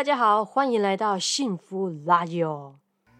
大家好，欢迎来到幸福拉友。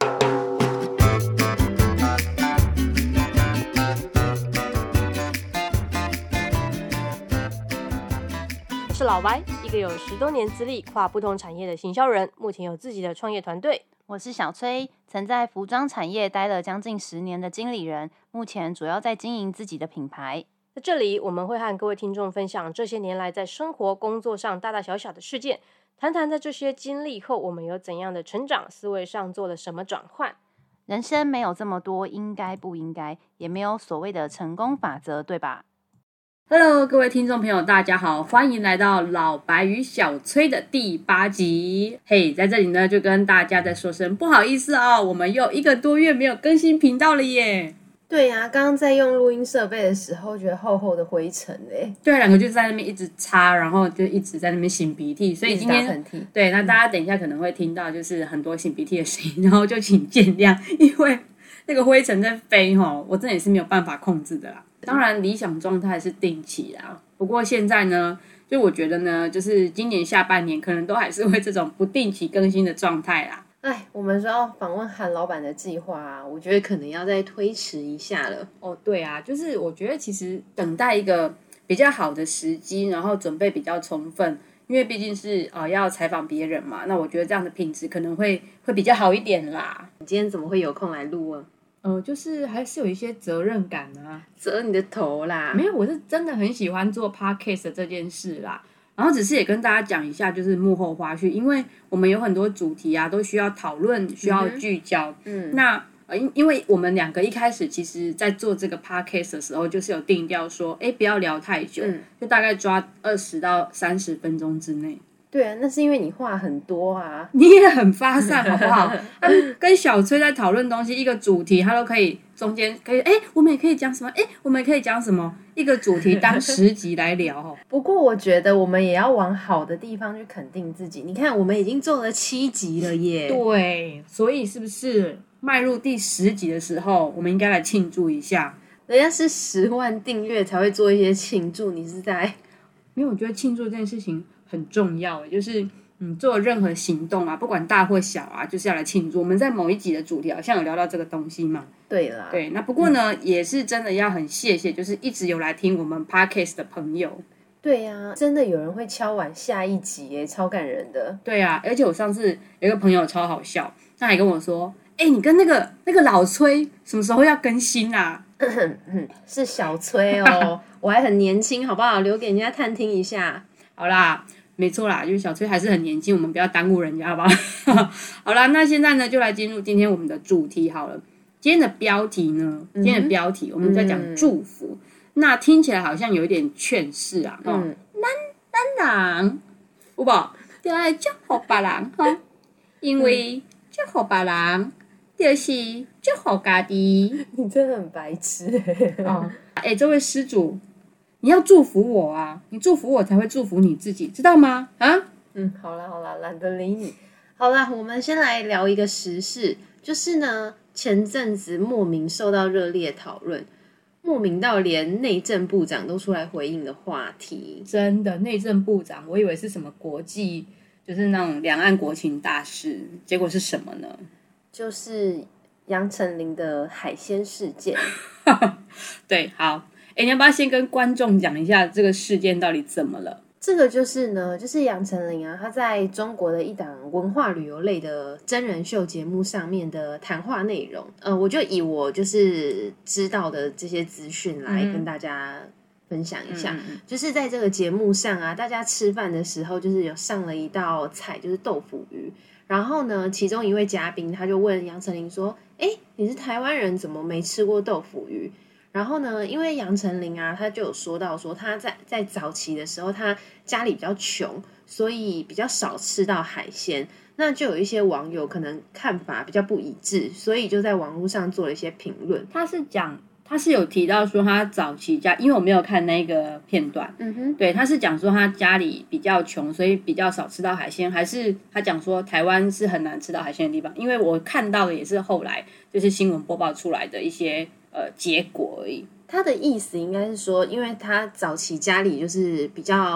我是老白，一个有10多年资历、跨不同产业的行销人，目前有自己的创业团队。 我是小崔，曾在服装产业待了将近10年的经理人，目前主要在经营自己的品牌。 在这里，我们会和各位听众分享这些年来在生活、工作上大大小小的事件，谈谈在这些经历后，我们有怎样的成长，思维上做了什么转换。 人生没有这么多应该不应该，也没有所谓的成功法则，对吧？ Hello， 各位听众朋友，大家好，欢迎来到老白与小崔的第8集。嘿，在这里呢，就跟大家再说声不好意思哦，我们又1个多月没有更新频道了耶。 对呀，刚刚在用录音设备的时候，觉得厚厚的灰尘哎。 对，两个就在那边一直擦，然后就一直在那边擤鼻涕，所以今天打喷嚏。 对，那大家等一下可能会听到就是很多擤鼻涕的声音，然后就请见谅，因为那个灰尘在飞齁，我真的也是没有办法控制的啦。当然理想状态是定期啦，不过现在呢，就我觉得呢，就是今年下半年可能都还是会这种不定期更新的状态啦。 哎，我们说要访问韩老板的计划啊，我觉得可能要再推迟一下了。 哦，对啊，就是我觉得其实等待一个比较好的时机，然后准备比较充分，因为毕竟是要采访别人嘛，那我觉得这样的品质可能会比较好一点啦。 你今天怎么会有空来录啊？ 就是还是有一些责任感啊， 折你的头啦！ 没有，我是真的很喜欢做 podcast 这件事啦。然后只是也跟大家讲一下，就是幕后花絮，因为我们有很多主题啊，都需要讨论，需要聚焦。那因为我们2个一开始其实在做这个 podcast 的时候，就是有定调说，不要聊太久，就大概抓20到30分钟之内。 对啊，那是因为你话很多啊， 你也很发散，好不好？跟小崔在讨论东西，一个主题他都可以中间可以，我们也可以讲什么，我们也可以讲什么，一个主题当10集来聊。 不过我觉得我们也要往好的地方去肯定自己。你看，我们已经做了7集了耶。 对，所以是不是迈入第10集的时候，我们应该来庆祝一下？ 人家是10万订阅才会做一些庆祝，你是在？ 因为我觉得庆祝这件事情很重要，就是做任何行动啊，不管大或小啊，就是要来庆祝。我们在某一集的主题好像有聊到这个东西嘛。 对啦， 对，那不过呢，也是真的要很谢谢，就是一直有来听我们 podcast 的朋友。 对呀，真的有人会敲碗下一集耶，超感人的。 对啊，而且我上次有一个朋友超好笑，他还跟我说，你跟那个老崔什么时候要更新啊？ 是小崔哦，我还很年轻，好不好？留给人家探听一下。 好啦，没错啦，就是小崔还是很年轻，我们不要耽误人家，好不好？好啦，那现在呢，就来进入今天我们的主题好了。今天的标题呢，我们在讲祝福，那听起来好像有一点劝世啊，咱人有无？就要祝福别人吼，因为祝福别人就是祝福家己。 你真的很白痴这位施主，你要祝福我啊！你祝福我才会祝福你自己，知道吗？ 好啦，懒得理你。好啦，我们先来聊一个时事，就是呢，前阵子莫名受到热烈讨论，莫名到连内政部长都出来回应的话题。 真的，内政部长，我以为是什么国际，就是那种两岸国情大事，结果是什么呢？ 就是杨丞琳的海鲜事件。 对，好，你要不要先跟观众讲一下这个事件到底怎么了？ 这个就是呢，就是杨丞琳啊，她在中国的一档文化旅游类的真人秀节目上面的谈话内容，我就以我就是知道的这些资讯来跟大家分享一下。就是在这个节目上啊，大家吃饭的时候，就是有上了一道菜，就是豆腐鱼。然后呢，其中一位嘉宾他就问杨丞琳说：“你是台湾人，怎么没吃过豆腐鱼？”然后呢，因为杨丞琳啊，他就有说到说他在早期的时候，他家里比较穷，所以比较少吃到海鲜。那就有一些网友可能看法比较不一致，所以就在网络上做了一些评论。 他是有提到说他早期家，因为我没有看那个片段，对，他是讲说他家里比较穷，所以比较少吃到海鲜，还是他讲说台湾是很难吃到海鲜的地方？因为我看到的也是后来就是新闻播报出来的一些结果而已。 他的意思应该是说，因为他早期家里就是比较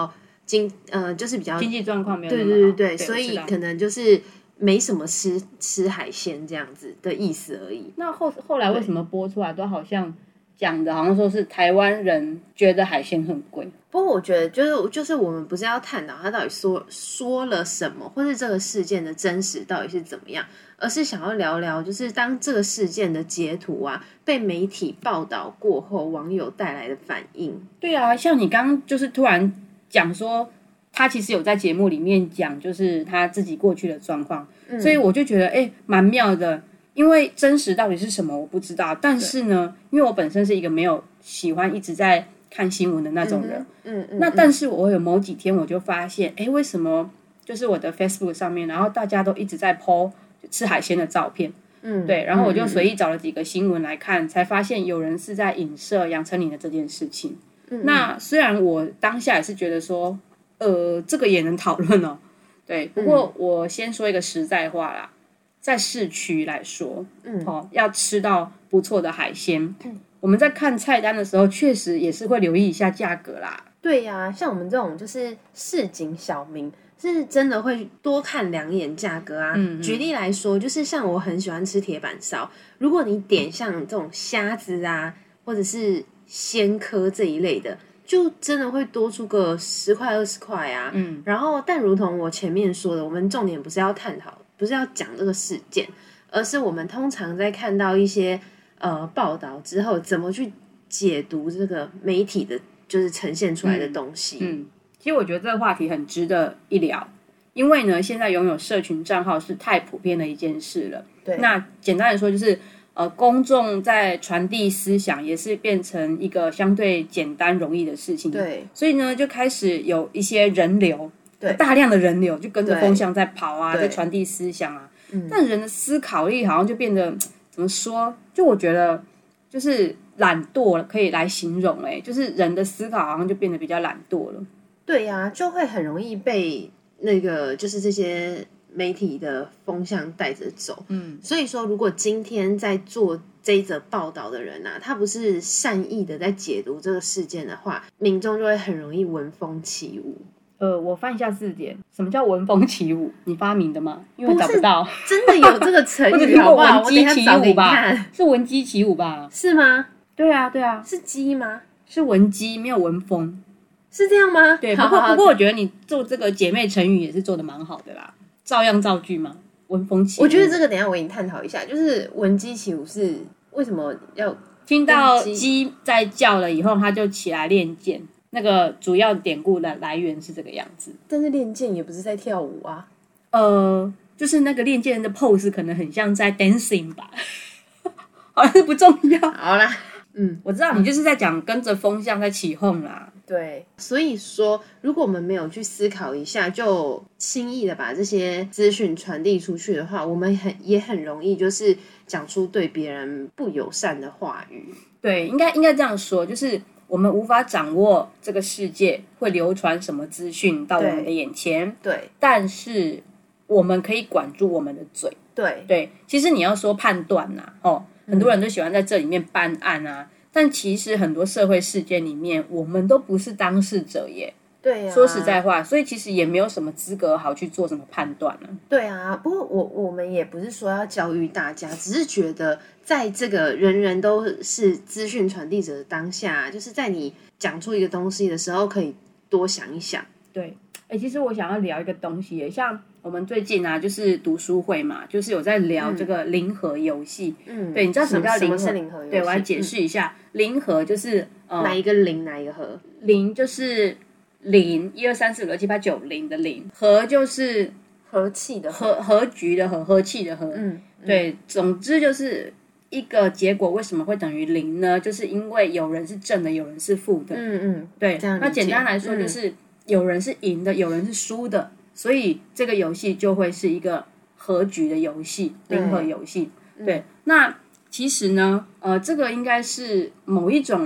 就是比较经济状况没有那对么好， 对，所以可能就是没什么吃海鲜这样子的意思而已。 那后来为什么播出来都好像讲的好像说是台湾人觉得海鲜很贵？ 不过我觉得就是我们不是要探讨他到底说了什么，或是这个事件的真实到底是怎么样，而是想要聊聊，就是当这个事件的截图啊被媒体报道过后，网友带来的反应。 对啊，像你刚刚就是突然讲说，他其实有在节目里面讲，就是他自己过去的状况，所以我就觉得蛮妙的。因为真实到底是什么我不知道，但是呢，因为我本身是一个没有喜欢一直在看新闻的那种人，那但是我有某几天我就发现，为什么就是我的 Facebook 上面，然后大家都一直在 po 吃海鲜的照片，对，然后我就随意找了几个新闻来看，才发现有人是在影射杨丞琳的这件事情。那虽然我当下也是觉得说，这个也能讨论哦，对，不过我先说一个实在话啦。在市区来说，要吃到不错的海鲜，我们在看菜单的时候，确实也是会留意一下价格啦。 对呀，像我们这种就是市井小民，是真的会多看两眼价格啊。举例来说，就是像我很喜欢吃铁板烧，如果你点像这种虾子啊，或者是鲜科这一类的，就真的会多出个10块20块啊。然后，但如同我前面说的，我们重点不是要探讨。不是要讲这个事件，而是我们通常在看到一些报道之后，怎么去解读这个媒体的，就是呈现出来的东西。 其实我觉得这个话题很值得一聊，因为呢，现在拥有社群账号是太普遍的一件事了。 对， 那简单来说就是公众在传递思想也是变成一个相对简单容易的事情。 对， 所以呢，就开始有一些人流。大量的人流就跟着风向在跑啊，在传递思想啊，但人的思考力好像就变得怎么说？就我觉得就是懒惰可以来形容，就是人的思考好像就变得比较懒惰了。 对呀，就会很容易被那个就是这些媒体的风向带着走。所以说，如果今天在做这一则报道的人啊，他不是善意的在解读这个事件的话，民众就会很容易闻风起舞。 我翻一下字典，什么叫闻风起舞？你发明的吗？因为我找不到， 真的有这个成语，好不好？我等一下找给你看。 是闻鸡起舞吧？ 是吗？ 对啊，对啊， 是鸡吗？ 是闻鸡，没有闻风， 是这样吗？ 对，不过我觉得你做这个姐妹成语也是做的蛮好的啦，照样造句嘛，闻风起舞。 我觉得这个等一下我给你探讨一下，就是闻鸡起舞是为什么要听到鸡在叫了以后，他就起来练剑。那个主要典故的来源是这个样子， 但是练剑也不是在跳舞啊， 就是那个练剑的 pose 可能很像在 dancing 吧，好像不重要。 好啦， 我知道你就是在讲跟着风向在起哄啦。 对，所以说如果我们没有去思考一下，就轻易的把这些资讯传递出去的话，我们也很容易就是讲出对别人不友善的话语。 对，应该这样说，就是我们无法掌握这个世界会流传什么资讯到我们的眼前， 对， 但是我们可以管住我们的嘴。对，其实你要说判断啊，很多人都喜欢在这里面办案啊，但其实很多社会事件里面，我们都不是当事者耶。 对啊， 说实在话，所以其实也没有什么资格好去做什么判断呢。 对啊，不过我们也不是说要教育大家，只是觉得在这个人人都是资讯传递者的当下，就是在你讲出一个东西的时候，可以多想一想。 对，其实我想要聊一个东西耶，像我们最近啊，就是读书会嘛，就是有在聊这个零和游戏。对，你知道什么叫零和？ 什么是零和游戏？ 对，我来解释一下，零和就是哪一个零，哪一个和？ 零就是0 1 2 3 4 5 6 7 8 9 0的零，和就是和气的和局的和，和气的和。对，总之就是一个结果为什么会等于0呢？就是因为有人是正的，有人是负的。对，那简单来说就是有人是赢的，有人是输的，所以这个游戏就会是一个和局的游戏，零和游戏。对，那其实呢，这个应该是某一种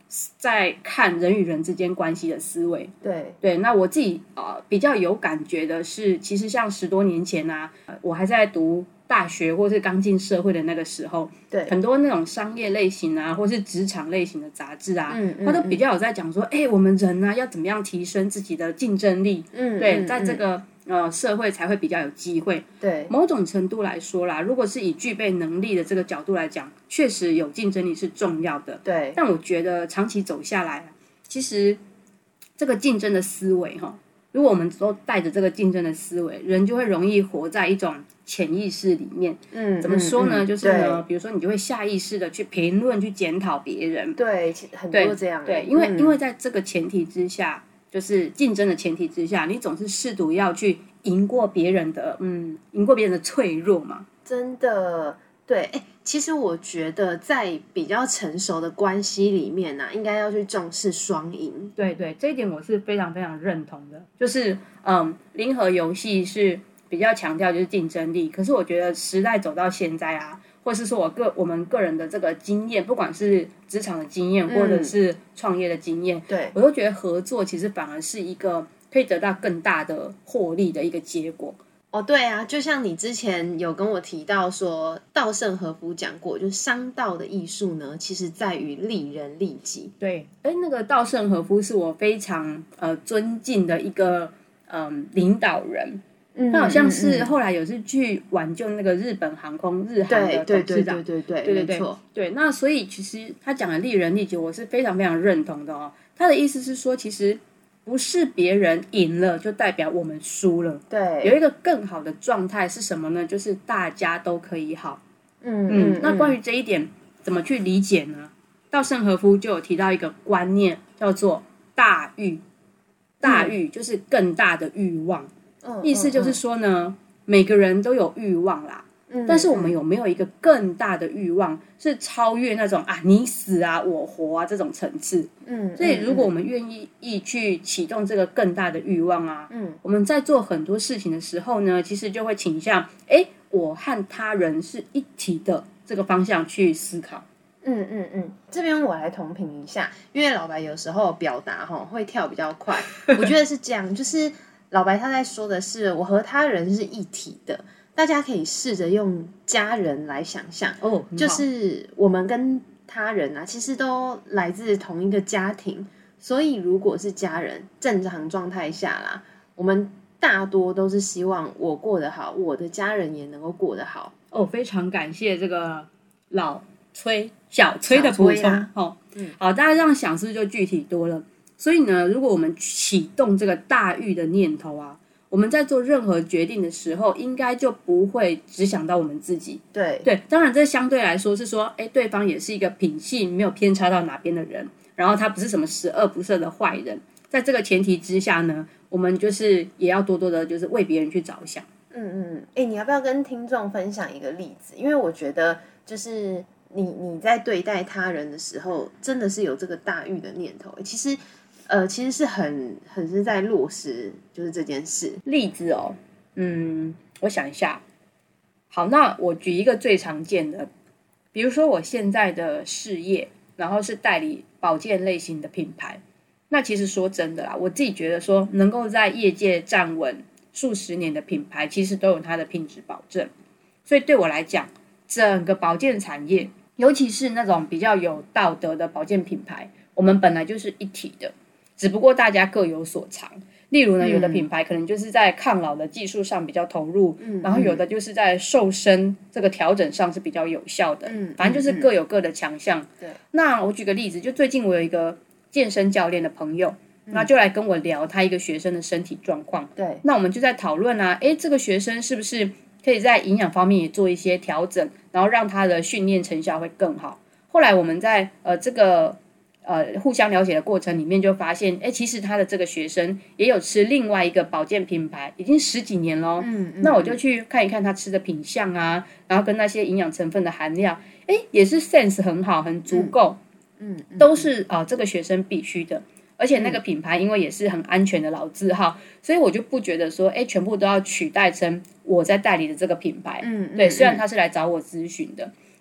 在看人与人之间关系的思维。 对， 那我自己比较有感觉的是，其实像10多年前啊，我还在读大学或是刚进社会的那个时候， 对， 很多那种商业类型啊，或是职场类型的杂志啊，它都比较有在讲说，我们人啊要怎么样提升自己的竞争力，对，在这个社会才会比较有机会。 对， 某种程度来说啦，如果是以具备能力的这个角度来讲，确实有竞争力是重要的。 对， 但我觉得长期走下来，其实这个竞争的思维如果我们都带着这个竞争的思维，人就会容易活在一种潜意识里面。怎么说呢？就是呢，比如说你就会下意识的去评论、去检讨别人。 对，很多这样。 对，因为在这个前提之下，就是竞争的前提之下，你总是试图要去赢过别人的脆弱嘛。 真的。对，其实我觉得在比较成熟的关系里面应该要去重视双赢。 对，这一点我是非常非常认同的。就是零和游戏是比较强调就是竞争力，可是我觉得时代走到现在啊，或是说我们个人的这个经验，不管是职场的经验或者是创业的经验， 对， 我都觉得合作其实反而是一个可以得到更大的获利的一个结果。 对啊，就像你之前有跟我提到说，稻盛和夫讲过，就是商道的艺术呢，其实在于利人利己。 对，那个稻盛和夫是我非常尊敬的一个领导人。他好像是后来有是去挽救那个日本航空日航的董事长。 对，没错。 对，那所以其实他讲的利人利己，我是非常非常认同的哦。他的意思是说，其实不是别人赢了就代表我们输了。 对， 有一个更好的状态是什么呢？就是大家都可以好。那关于这一点怎么去理解呢？稻盛和夫就有提到一个观念，叫做大欲。大欲就是更大的欲望。意思就是说呢，每个人都有欲望啦。但是我们有没有一个更大的欲望，是超越那种你死啊我活啊这种层次？所以如果我们愿意去启动这个更大的欲望啊，我们在做很多事情的时候呢，其实就会倾向我和他人是一体的这个方向去思考。 这边我来同评一下，因为老白有时候表达会跳比较快，我觉得是这样，就是老白他在说的是我和他人是一体的。大家可以试着用家人来想象，就是我们跟他人其实都来自同一个家庭，所以如果是家人，正常状态下啦，我们大多都是希望我过得好，我的家人也能够过得好。 非常感谢这个小崔的补充。好，大家这样想是不是就具体多了？所以呢，如果我们启动这个大欲的念头啊，我们在做任何决定的时候，应该就不会只想到我们自己。 对， 当然这相对来说是说，对方也是一个品性没有偏差到哪边的人，然后他不是什么十恶不赦的坏人。在这个前提之下呢，我们就是也要多多的，就是为别人去着想。 你要不要跟听众分享一个例子？因为我觉得就是你在对待他人的时候，真的是有这个大欲的念头。其实是很是在落实就是这件事。 例子我想一下。好，那我举一个最常见的，比如说我现在的事业，然后是代理保健类型的品牌。那其实说真的啦，我自己觉得说能够在业界站稳数十年的品牌，其实都有它的品质保证。所以对我来讲，整个保健产业，尤其是那种比较有道德的保健品牌，我们本来就是一体的，只不过大家各有所长。例如呢，有的品牌可能就是在抗老的技术上比较投入，然后有的就是在瘦身这个调整上是比较有效的，反正就是各有各的强项。 对， 那我举个例子，就最近我有一个健身教练的朋友，那就来跟我聊他一个学生的身体状况。 对， 那我们就在讨论啊，这个学生是不是可以在营养方面也做一些调整，然后让他的训练成效会更好。后来我们在这个互相了解的过程里面就发现，其实他的这个学生也有吃另外一个保健品牌，已经10几年咯。那我就去看一看他吃的品项啊，然后跟那些营养成分的含量，也是 sense 很好，很足够，都是这个学生必须的。而且那个品牌因为也是很安全的老字号，所以我就不觉得说全部都要取代成我在代理的这个品牌。对，虽然他是来找我咨询的。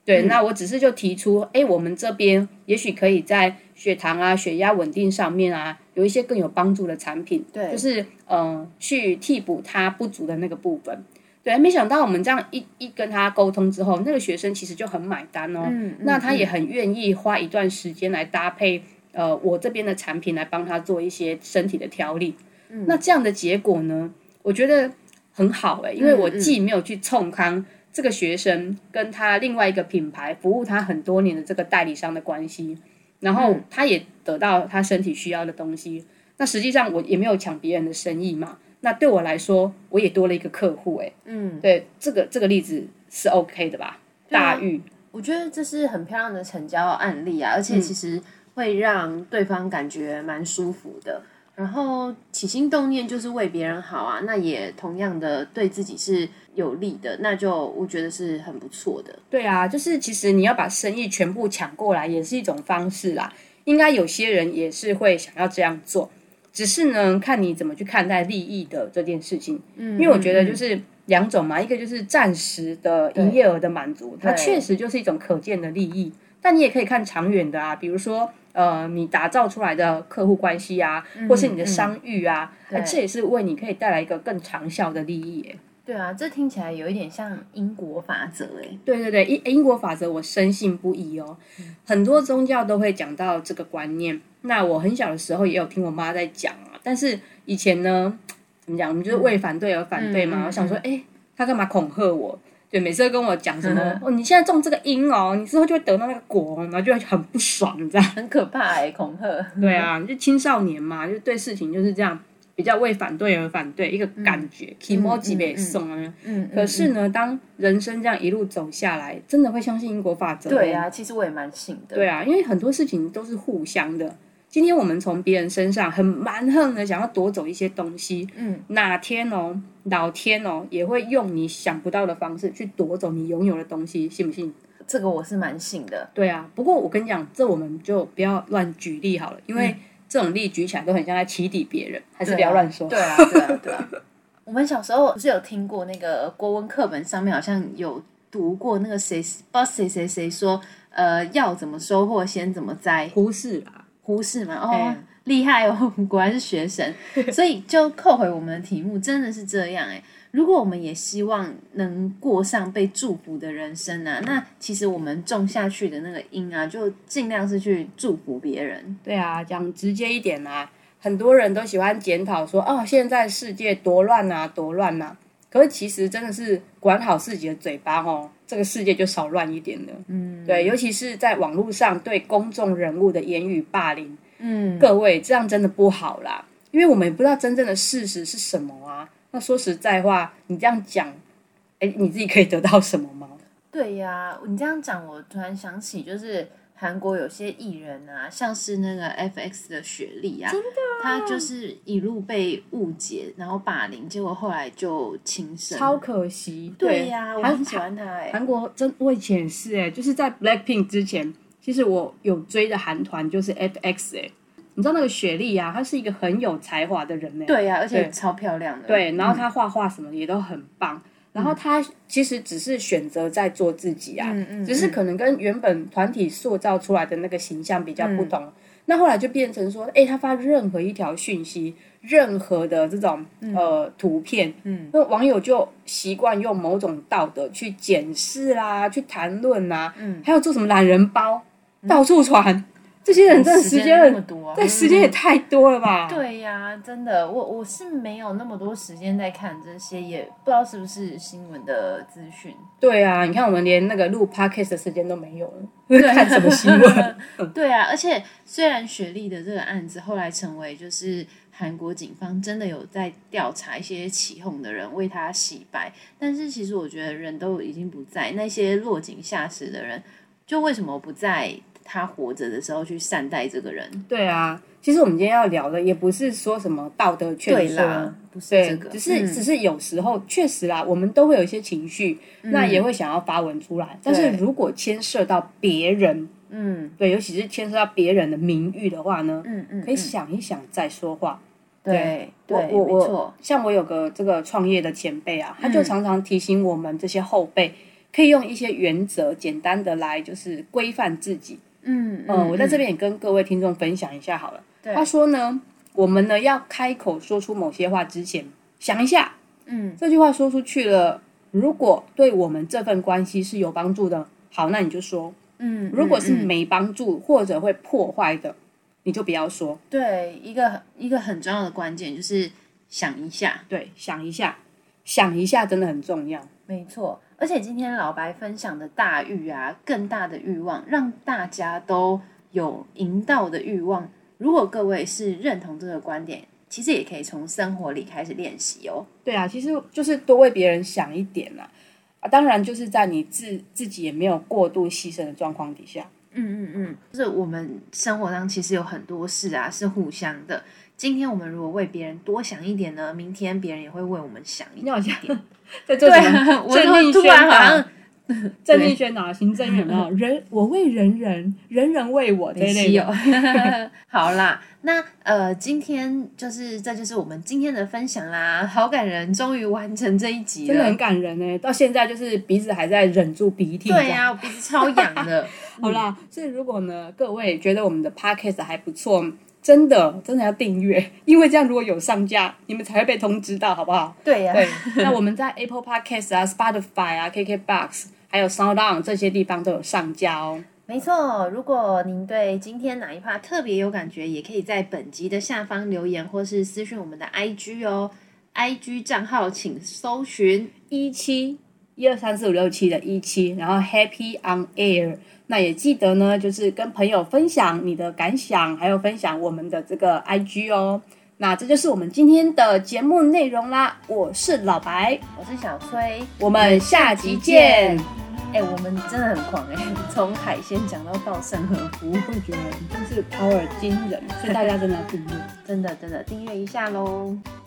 对，那我只是就提出，我们这边也许可以在血糖啊、血压稳定上面啊，有一些更有帮助的产品， 对， 就是去替补他不足的那个部分。对，没想到我们这样一跟他沟通之后，那个学生其实就很买单哦。那他也很愿意花一段时间来搭配我这边的产品来帮他做一些身体的调理。那这样的结果呢，我觉得很好因为我既没有去冲康这个学生跟他另外一个品牌服务他很多年的这个代理商的关系，然后他也得到他身体需要的东西。那实际上我也没有抢别人的生意嘛。那对我来说，我也多了一个客户对，这个例子是 OK 的吧？大玉， 我觉得这是很漂亮的成交案例啊，而且其实会让对方感觉蛮舒服的。然后起心动念就是为别人好啊，那也同样的对自己是有利的，那就我觉得是很不错的。 对啊，就是其实你要把生意全部抢过来也是一种方式啦，应该有些人也是会想要这样做。只是呢，看你怎么去看待利益的这件事情。因为我觉得就是两种嘛，一个就是暂时的营业额的满足，它确实就是一种可见的利益。但你也可以看长远的啊，比如说你打造出来的客户关系啊，或是你的商誉啊，这也是为你可以带来一个更长效的利益对啊，这听起来有一点像因果法则对对对，因果法则我深信不疑哦。很多宗教都会讲到这个观念。那我很小的时候也有听我妈在讲啊，但是以前呢，怎么讲？我们就是为反对而反对嘛。我想说，他干嘛恐吓我？对，每次都跟我讲什么你现在种这个因你之后就会得到那个果，然后就会很不爽，这样很可怕恐吓。 对啊，就青少年嘛，就对事情就是这样。比较为反对而反对，一个感觉 kimoji 被送啊。可是呢，当人生这样一路走下来，真的会相信因果法则。 对啊，其实我也蛮信的。 对啊，因为很多事情都是互相的。今天我们从别人身上很蛮横的想要夺走一些东西，哪天老天也会用你想不到的方式去夺走你拥有的东西，信不信？ 这个我是蛮信的。 对啊，不过我跟你讲，这我们就不要乱举例好了，因为这种例举起来都很像在起底别人，还是不要乱说。 对啊。我们小时候不是有听过那个国文课本上面好像有读过那个谁不知道谁说要怎么收获先怎么栽， 胡适嘛。厉害哦，果然是学生。所以就扣回我们的题目，真的是这样如果我们也希望能过上被祝福的人生啊，那其实我们种下去的那个因啊，就尽量是去祝福别人。 对啊，讲直接一点啊，很多人都喜欢检讨说现在世界多乱啊多乱啊，可是其实真的是管好自己的嘴巴这个世界就少乱一点了。对，尤其是在网络上对公众人物的言语霸凌，各位这样真的不好啦，因为我们也不知道真正的事实是什么啊。那说实在话，你这样讲，你自己可以得到什么吗？ 对呀，你这样讲，我突然想起，就是韩国有些艺人啊，像是那个 FX 的雪莉啊， 真的他就是一路被误解，然后霸凌，结果后来就轻生， 超可惜。 对呀，我很喜欢他韩国我以前也是就是在 Blackpink 之前，其实我有追的韩团就是 FX 你知道那个雪莉啊，她是一个很有才华的人对啊，而且超漂亮的。 对，然后她画画什么也都很棒。然后她其实只是选择在做自己啊，只是可能跟原本团体塑造出来的那个形象比较不同。那后来就变成说，他发任何一条讯息，任何的这种图片，那网友就习惯用某种道德去检视啦，去谈论啦，还有做什么懒人包，到处传。这些人真的时间那么多对，时间也太多了吧？ 对呀，真的，我是没有那么多时间在看这些，也不知道是不是新闻的资讯。 对啊，你看我们连那个录 podcast 的时间都没有了，看什么新闻？ 对啊，而且虽然雪莉的这个案子后来成为就是韩国警方真的有在调查一些起哄的人，为他洗白，但是其实我觉得人都已经不在，那些落井下石的人，就为什么不在他活着的时候去善待这个人？ 对啊，其实我们今天要聊的也不是说什么道德劝说， 不是这个， 只是有时候确实啦，我们都会有一些情绪，那也会想要发文出来。但是如果牵涉到别人，对，尤其是牵涉到别人的名誉的话呢，可以想一想再说话。 对，没错。 像我有个这个创业的前辈啊，他就常常提醒我们这些后辈， 可以用一些原则简单的来就是规范自己。我在这边也跟各位听众分享一下好了。他说呢，我们呢要开口说出某些话之前，想一下，这句话说出去了，如果对我们这份关系是有帮助的，好，那你就说。如果是没帮助或者会破坏的，你就不要说。 对，一个很重要的关键就是想一下。 对，想一下真的很重要。 没错，而且今天老白分享的大欲啊，更大的欲望，让大家都有引导的欲望。如果各位是认同这个观点，其实也可以从生活里开始练习哦。 对啊，其实就是多为别人想一点啦。当然就是在你自己也没有过度牺牲的状况底下。 就是我们生活上其实有很多事啊是互相的。今天我们如果为别人多想一点呢，明天别人也会为我们想一点。 在做什么？ 我突然好像正面宣导，行政有没有？我为人人，人人为我这一类的。 好啦，那今天这就是我们今天的分享啦，好感人，终于完成这一集了， 真的很感人欸。到现在就是鼻子还在忍住鼻涕。 对啊，我鼻子超痒的。 好啦，所以如果呢各位觉得我们的 podcast 还不错，真的要订阅，因为这样如果有上架，你们才会被通知到，好不好？ 对啊。 对，那我们在 Apple Podcast 啊、Spotify 啊、KKBox 还有 SoundOn 这些地方都有上架哦。 没错，如果您对今天哪一 part 特别有感觉，也可以在本集的下方留言或是私讯我们的 IG 哦。IG 账号请搜寻 171234567的17，然后 Happy on Air。那也记得呢，就是跟朋友分享你的感想，还有分享我们的这个 IG 哦。那这就是我们今天的节目内容啦。我是老白， 我是小崔， 我们下集见。 我们真的很狂从海鲜讲到圣和夫， 我会觉得真是 power 惊人，所以大家真的要订阅， 真的订阅一下咯。